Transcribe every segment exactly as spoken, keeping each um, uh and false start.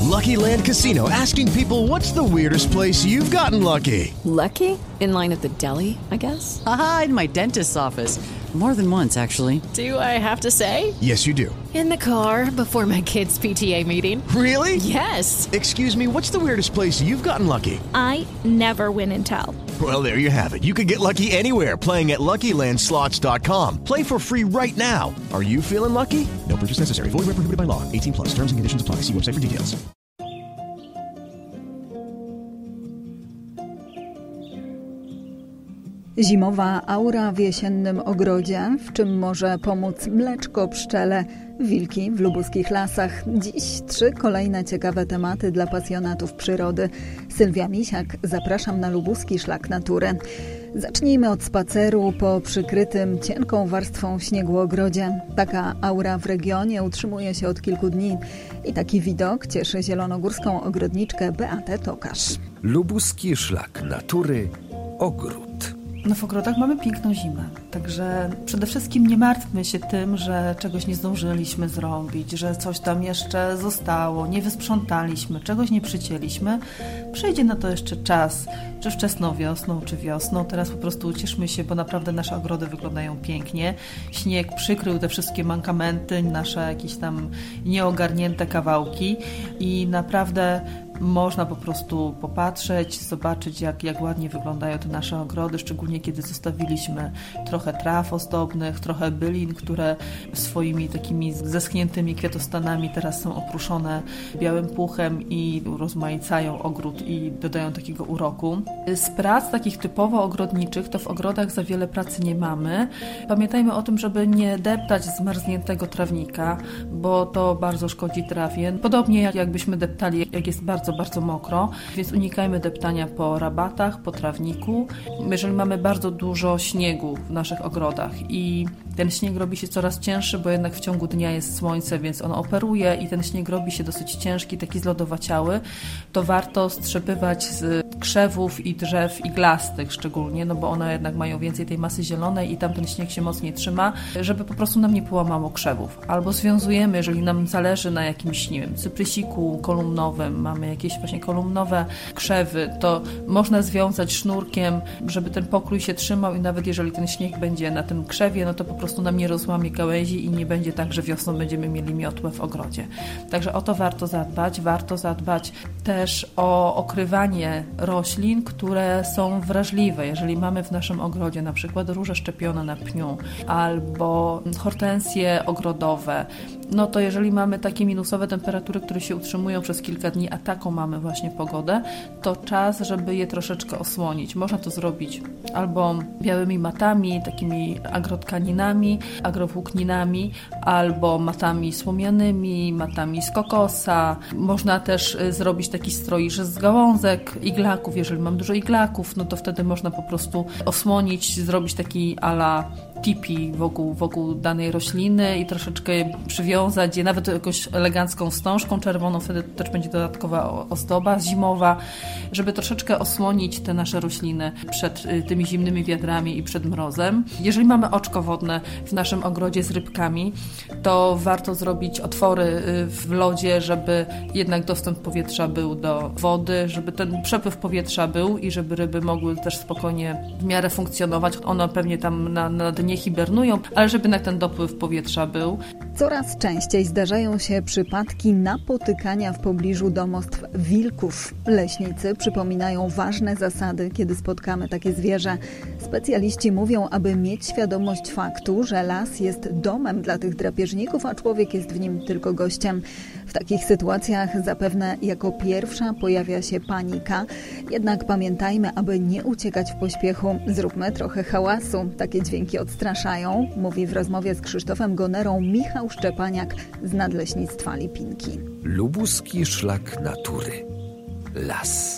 Lucky Land Casino, asking people, what's the weirdest place you've gotten lucky? Lucky? In line at the deli, I guess? Aha, in my dentist's office. More than once, actually. Do I have to say? Yes, you do. In the car before my kids' P T A meeting. Really? Yes. Excuse me, what's the weirdest place you've gotten lucky? I never win and tell. Well, there you have it. You can get lucky anywhere, playing at Lucky Land Slots dot com. Play for free right now. Are you feeling lucky? No purchase necessary. Void where prohibited by law. eighteen plus. Terms and conditions apply. See website for details. Zimowa aura w jesiennym ogrodzie, w czym może pomóc mleczko pszczele, wilki w lubuskich lasach. Dziś trzy kolejne ciekawe tematy dla pasjonatów przyrody. Sylwia Misiak, zapraszam na lubuski szlak natury. Zacznijmy od spaceru po przykrytym cienką warstwą śniegu ogrodzie. Taka aura w regionie utrzymuje się od kilku dni i taki widok cieszy zielonogórską ogrodniczkę Beatę Tokarz. Lubuski szlak natury, ogród. No w ogrodach mamy piękną zimę, także przede wszystkim nie martwmy się tym, że czegoś nie zdążyliśmy zrobić, że coś tam jeszcze zostało, nie wysprzątaliśmy, czegoś nie przycięliśmy. Przejdzie na to jeszcze czas, czy wczesną wiosną, czy wiosną. Teraz po prostu ucieszmy się, bo naprawdę nasze ogrody wyglądają pięknie. Śnieg przykrył te wszystkie mankamenty, nasze jakieś tam nieogarnięte kawałki i naprawdę można po prostu popatrzeć, zobaczyć jak, jak ładnie wyglądają te nasze ogrody, szczególnie kiedy zostawiliśmy trochę traw ozdobnych, trochę bylin, które swoimi takimi zeschniętymi kwiatostanami teraz są oprószone białym puchem i rozmaicają ogród i dodają takiego uroku. Z prac takich typowo ogrodniczych to w ogrodach za wiele pracy nie mamy. Pamiętajmy o tym, żeby nie deptać zmarzniętego trawnika, bo to bardzo szkodzi trawie. Podobnie jak jakbyśmy deptali, jak jest bardzo bardzo mokro, więc unikajmy deptania po rabatach, po trawniku. Jeżeli mamy bardzo dużo śniegu w naszych ogrodach i ten śnieg robi się coraz cięższy, bo jednak w ciągu dnia jest słońce, więc on operuje i ten śnieg robi się dosyć ciężki, taki zlodowaciały, to warto strzepywać z krzewów i drzew iglastych szczególnie, no bo one jednak mają więcej tej masy zielonej i tam ten śnieg się mocniej trzyma, żeby po prostu nam nie połamało krzewów. Albo związujemy, jeżeli nam zależy na jakimś, nie wiem, cyprysiku kolumnowym, mamy jakieś właśnie kolumnowe krzewy, to można związać sznurkiem, żeby ten pokrój się trzymał i nawet jeżeli ten śnieg będzie na tym krzewie, no to po prostu nam nie rozłamie gałęzi i nie będzie tak, że wiosną będziemy mieli miotłę w ogrodzie. Także o to warto zadbać. Warto zadbać też o okrywanie roślin, które są wrażliwe. Jeżeli mamy w naszym ogrodzie na przykład róże szczepione na pniu albo hortensje ogrodowe, no to jeżeli mamy takie minusowe temperatury, które się utrzymują przez kilka dni, a taką mamy właśnie pogodę, to czas, żeby je troszeczkę osłonić. Można to zrobić albo białymi matami, takimi agrotkaninami, agrowłókninami, albo matami słomianymi, matami z kokosa. Można też zrobić taki stroisz z gałązek, iglaków. Jeżeli mam dużo iglaków, no to wtedy można po prostu osłonić, zrobić taki ala tipi wokół, wokół danej rośliny i troszeczkę przywiązać je, nawet jakąś elegancką wstążką czerwoną, wtedy też będzie dodatkowa ozdoba zimowa, żeby troszeczkę osłonić te nasze rośliny przed tymi zimnymi wiatrami i przed mrozem. Jeżeli mamy oczko wodne w naszym ogrodzie z rybkami, to warto zrobić otwory w lodzie, żeby jednak dostęp powietrza był do wody, żeby ten przepływ powietrza był i żeby ryby mogły też spokojnie w miarę funkcjonować. One pewnie tam na, na dnie hibernują, ale żeby jednak ten dopływ powietrza był. Coraz częściej zdarzają się przypadki napotykania w pobliżu domostw wilków. Leśnicy przypominają ważne zasady, kiedy spotkamy takie zwierzę. Specjaliści mówią, aby mieć świadomość faktu, że las jest domem dla tych drapieżników, a człowiek jest w nim tylko gościem. W takich sytuacjach zapewne jako pierwsza pojawia się panika. Jednak pamiętajmy, aby nie uciekać w pośpiechu. Zróbmy trochę hałasu. Takie dźwięki odstraszają, mówi w rozmowie z Krzysztofem Gonerą Michał Szczepaniak z Nadleśnictwa Lipinki. Lubuski szlak natury. Las.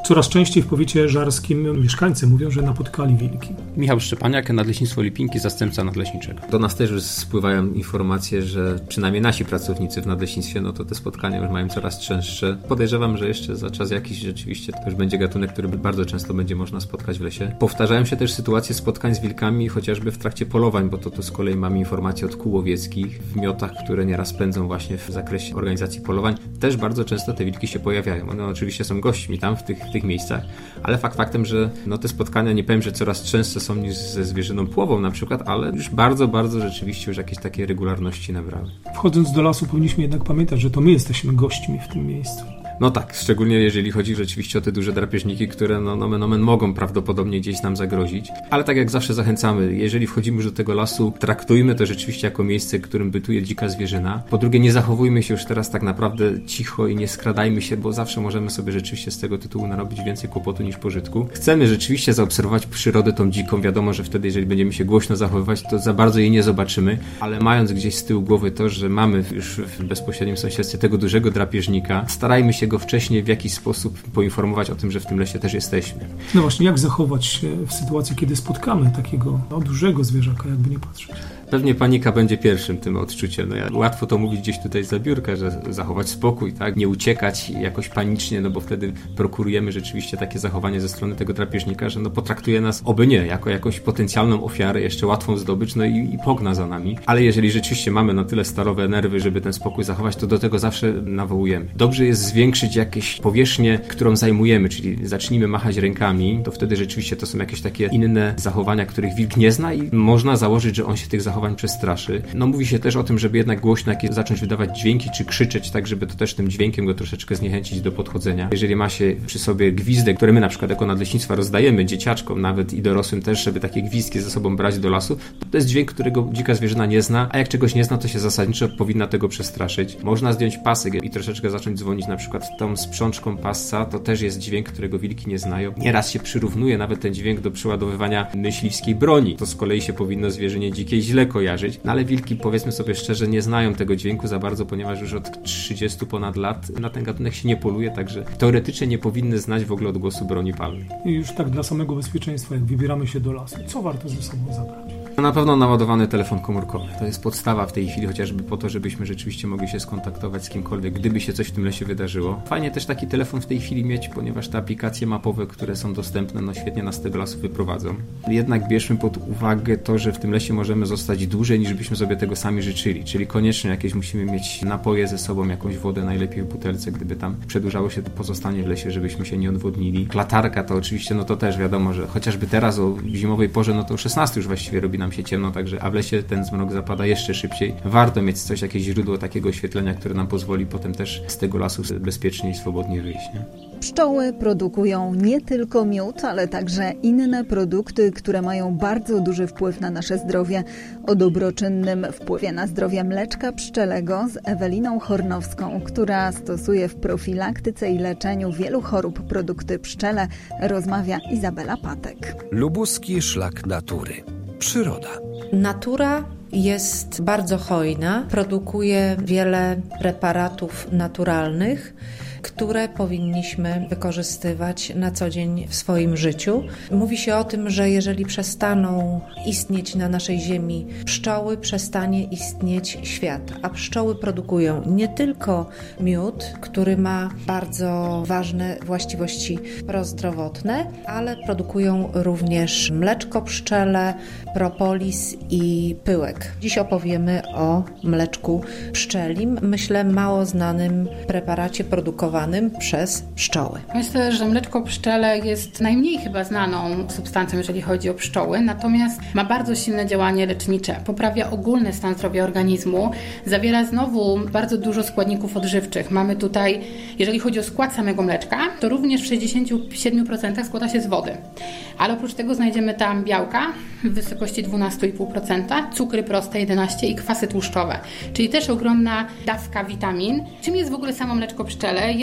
Coraz częściej w powiecie żarskim mieszkańcy mówią, że napotkali wilki. Michał Szczepaniak, Nadleśnictwo Lipinki, zastępca nadleśniczego. Do nas też już spływają informacje, że przynajmniej nasi pracownicy w nadleśnictwie, no to te spotkania już mają coraz częstsze. Podejrzewam, że jeszcze za czas jakiś rzeczywiście to już będzie gatunek, który bardzo często będzie można spotkać w lesie. Powtarzają się też sytuacje spotkań z wilkami chociażby w trakcie polowań, bo to, to z kolei mamy informacje od kół łowieckich w miotach, które nieraz pędzą właśnie w zakresie organizacji polowań. Też bardzo często te wilki się pojawiają. One oczywiście są gośćmi tam w tych, w tych miejscach, ale fakt faktem, że no te spotkania, nie powiem, że coraz częstsze są niż ze zwierzyną płową na przykład, ale już bardzo, bardzo rzeczywiście już jakieś takie regularności nabrały. Wchodząc do lasu powinniśmy jednak pamiętać, że to my jesteśmy gośćmi w tym miejscu. No tak, szczególnie jeżeli chodzi rzeczywiście o te duże drapieżniki, które no nomen omen mogą prawdopodobnie gdzieś nam zagrozić. Ale tak jak zawsze zachęcamy, jeżeli wchodzimy już do tego lasu, traktujmy to rzeczywiście jako miejsce, w którym bytuje dzika zwierzyna. Po drugie, nie zachowujmy się już teraz tak naprawdę cicho i nie skradajmy się, bo zawsze możemy sobie rzeczywiście z tego tytułu narobić więcej kłopotu niż pożytku. Chcemy rzeczywiście zaobserwować przyrodę tą dziką. Wiadomo, że wtedy, jeżeli będziemy się głośno zachowywać, to za bardzo jej nie zobaczymy, ale mając gdzieś z tyłu głowy to, że mamy już w bezpośrednim sąsiedztwie tego dużego drapieżnika, starajmy się go wcześniej w jakiś sposób poinformować o tym, że w tym lesie też jesteśmy. No właśnie, jak zachować się w sytuacji, kiedy spotkamy takiego no, dużego zwierzaka, jakby nie patrzeć? Pewnie panika będzie pierwszym tym odczuciem. No ja, łatwo to mówić gdzieś tutaj za biurka, że zachować spokój, tak? Nie uciekać jakoś panicznie, no bo wtedy prokurujemy rzeczywiście takie zachowanie ze strony tego drapieżnika, że no potraktuje nas, oby nie, jako jakąś potencjalną ofiarę, jeszcze łatwą zdobycz, no i, i pogna za nami. Ale jeżeli rzeczywiście mamy na tyle stalowe nerwy, żeby ten spokój zachować, to do tego zawsze nawołujemy. Dobrze jest zwiększyć jakieś powierzchnię, którą zajmujemy, czyli zacznijmy machać rękami, to wtedy rzeczywiście to są jakieś takie inne zachowania, których wilk nie zna i można założyć, że on się tych zachowań przestraszy. No mówi się też o tym, żeby jednak głośno jakieś zacząć wydawać dźwięki, czy krzyczeć, tak żeby to też tym dźwiękiem go troszeczkę zniechęcić do podchodzenia. Jeżeli ma się przy sobie gwizdek, które my na przykład jako nadleśnictwa rozdajemy dzieciaczkom nawet i dorosłym też, żeby takie gwizdki ze sobą brać do lasu, to, to jest dźwięk, którego dzika zwierzyna nie zna, a jak czegoś nie zna, to się zasadniczo powinna tego przestraszyć. Można zdjąć pasek i troszeczkę zacząć dzwonić na przykład tą sprzączką pasca, to też jest dźwięk, którego wilki nie znają. Nieraz się przyrównuje nawet ten dźwięk do przeładowywania myśliwskiej broni. To z kolei się powinno zwierzynie dzikiej źle kojarzyć. No ale wilki, powiedzmy sobie szczerze, nie znają tego dźwięku za bardzo, ponieważ już od trzydziestu ponad lat na ten gatunek się nie poluje, także teoretycznie nie powinny znać w ogóle odgłosu broni palnej. I już tak dla samego bezpieczeństwa, jak wybieramy się do lasu, co warto ze sobą zabrać? No na pewno naładowany telefon komórkowy. To jest podstawa w tej chwili, chociażby po to, żebyśmy rzeczywiście mogli się skontaktować z kimkolwiek, gdyby się coś w tym lesie wydarzyło. Fajnie też taki telefon w tej chwili mieć, ponieważ te aplikacje mapowe, które są dostępne, no świetnie nas z tego lasu wyprowadzą. Jednak bierzmy pod uwagę to, że w tym lesie możemy zostać dłużej, niż byśmy sobie tego sami życzyli. Czyli koniecznie jakieś musimy mieć napoje ze sobą, jakąś wodę, najlepiej w butelce, gdyby tam przedłużało się to pozostanie w lesie, żebyśmy się nie odwodnili. Latarka to oczywiście, no to też wiadomo, że chociażby teraz o zimowej porze, no to o szesnastej już właściwie robi nam się ciemno, także, a w lesie ten zmrok zapada jeszcze szybciej. Warto mieć coś, jakieś źródło takiego oświetlenia, które nam pozwoli potem też z tego lasu bezpiecznie i swobodnie wyjść. Nie? Pszczoły produkują nie tylko miód, ale także inne produkty, które mają bardzo duży wpływ na nasze zdrowie. O dobroczynnym wpływie na zdrowie mleczka pszczelego z Eweliną Hornowską, która stosuje w profilaktyce i leczeniu wielu chorób produkty pszczele, rozmawia Izabela Patek. Lubuski szlak natury. Przyroda. Natura jest bardzo hojna, produkuje wiele preparatów naturalnych, które powinniśmy wykorzystywać na co dzień w swoim życiu. Mówi się o tym, że jeżeli przestaną istnieć na naszej ziemi pszczoły, przestanie istnieć świat. A pszczoły produkują nie tylko miód, który ma bardzo ważne właściwości prozdrowotne, ale produkują również mleczko pszczele, propolis i pyłek. Dziś opowiemy o mleczku pszczelim, myślę mało znanym preparacie produkowanym przez pszczoły. Myślę, że mleczko pszczele jest najmniej chyba znaną substancją, jeżeli chodzi o pszczoły, natomiast ma bardzo silne działanie lecznicze. Poprawia ogólny stan zdrowia organizmu, zawiera znowu bardzo dużo składników odżywczych. Mamy tutaj, jeżeli chodzi o skład samego mleczka, to również w sześćdziesięciu siedmiu procentach składa się z wody. Ale oprócz tego znajdziemy tam białka w wysokości dwanaście i pół procent, cukry proste jedenaście procent i kwasy tłuszczowe, czyli też ogromna dawka witamin. Czym jest w ogóle samo mleczko pszczele?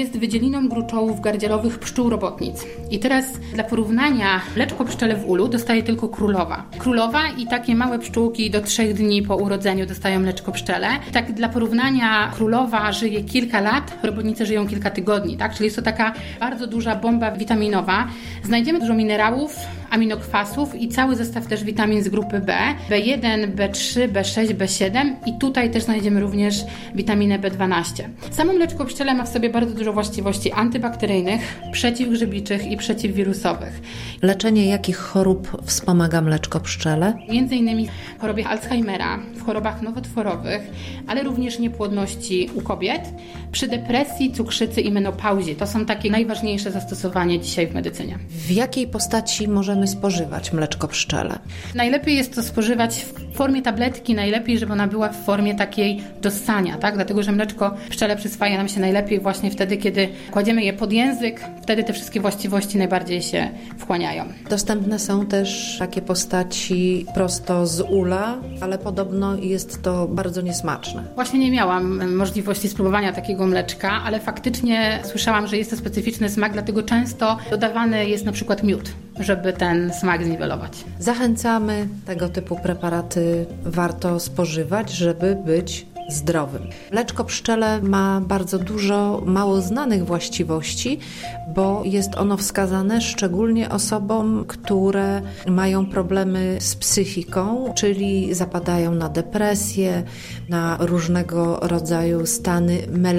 jest wydzieliną gruczołów gardzielowych pszczół robotnic. I teraz dla porównania mleczko pszczele w ulu dostaje tylko królowa. Królowa i takie małe pszczółki do trzech dni po urodzeniu dostają mleczko pszczele. Tak dla porównania królowa żyje kilka lat, robotnice żyją kilka tygodni, tak? Czyli jest to taka bardzo duża bomba witaminowa. Znajdziemy dużo minerałów, aminokwasów i cały zestaw też witamin z grupy B, B jeden, B trzy, B sześć, B siedem i tutaj też znajdziemy również witaminę B dwanaście. Samo mleczko pszczele ma w sobie bardzo dużo właściwości antybakteryjnych, przeciwgrzybiczych i przeciwwirusowych. Leczenie jakich chorób wspomaga mleczko pszczele? Między innymi w chorobie Alzheimera, w chorobach nowotworowych, ale również niepłodności u kobiet, przy depresji, cukrzycy i menopauzie. To są takie najważniejsze zastosowania dzisiaj w medycynie. W jakiej postaci możemy spożywać mleczko pszczele? Najlepiej jest to spożywać w formie tabletki, najlepiej, żeby ona była w formie takiej do ssania, tak? Dlatego, że mleczko pszczele przyswaja nam się najlepiej właśnie wtedy, kiedy kładziemy je pod język, wtedy te wszystkie właściwości najbardziej się wchłaniają. Dostępne są też takie postaci prosto z ula, ale podobno jest to bardzo niesmaczne. Właśnie nie miałam możliwości spróbowania takiego mleczka, ale faktycznie słyszałam, że jest to specyficzny smak, dlatego często dodawany jest na przykład miód, żeby ten smak zniwelować. Zachęcamy, tego typu preparaty warto spożywać, żeby być zdrowym. Mleczko pszczele ma bardzo dużo mało znanych właściwości, bo jest ono wskazane szczególnie osobom, które mają problemy z psychiką, czyli zapadają na depresję, na różnego rodzaju stany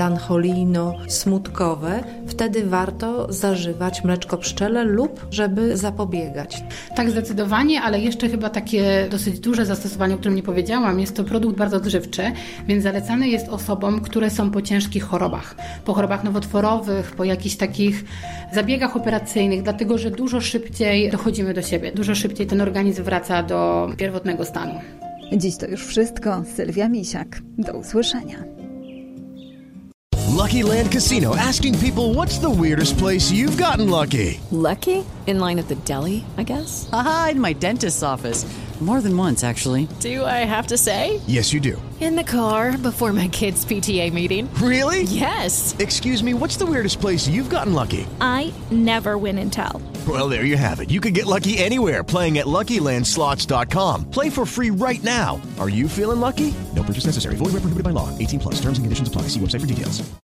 melancholijno-smutkowe. Wtedy warto zażywać mleczko pszczele lub żeby zapobiegać. Tak, zdecydowanie, ale jeszcze chyba takie dosyć duże zastosowanie, o którym nie powiedziałam, jest to produkt bardzo odżywczy, więc zalecany jest osobom, które są po ciężkich chorobach, po chorobach nowotworowych, po jakichś takich zabiegach operacyjnych, dlatego że dużo szybciej dochodzimy do siebie, dużo szybciej ten organizm wraca do pierwotnego stanu. Dziś to już wszystko. Sylwia Misiak. Do usłyszenia. Lucky Land Casino, asking people, what's the weirdest place you've gotten lucky? Lucky? In line at the deli, I guess? Aha, in my dentist's office. More than once, actually. Do I have to say? Yes, you do. In the car before my kids' P T A meeting. Really? Yes. Excuse me, what's the weirdest place you've gotten lucky? I never win and tell. Well, there you have it. You can get lucky anywhere, playing at Lucky Land Slots dot com. Play for free right now. Are you feeling lucky? No purchase necessary. Void where prohibited by law. eighteen plus. Terms and conditions apply. See website for details.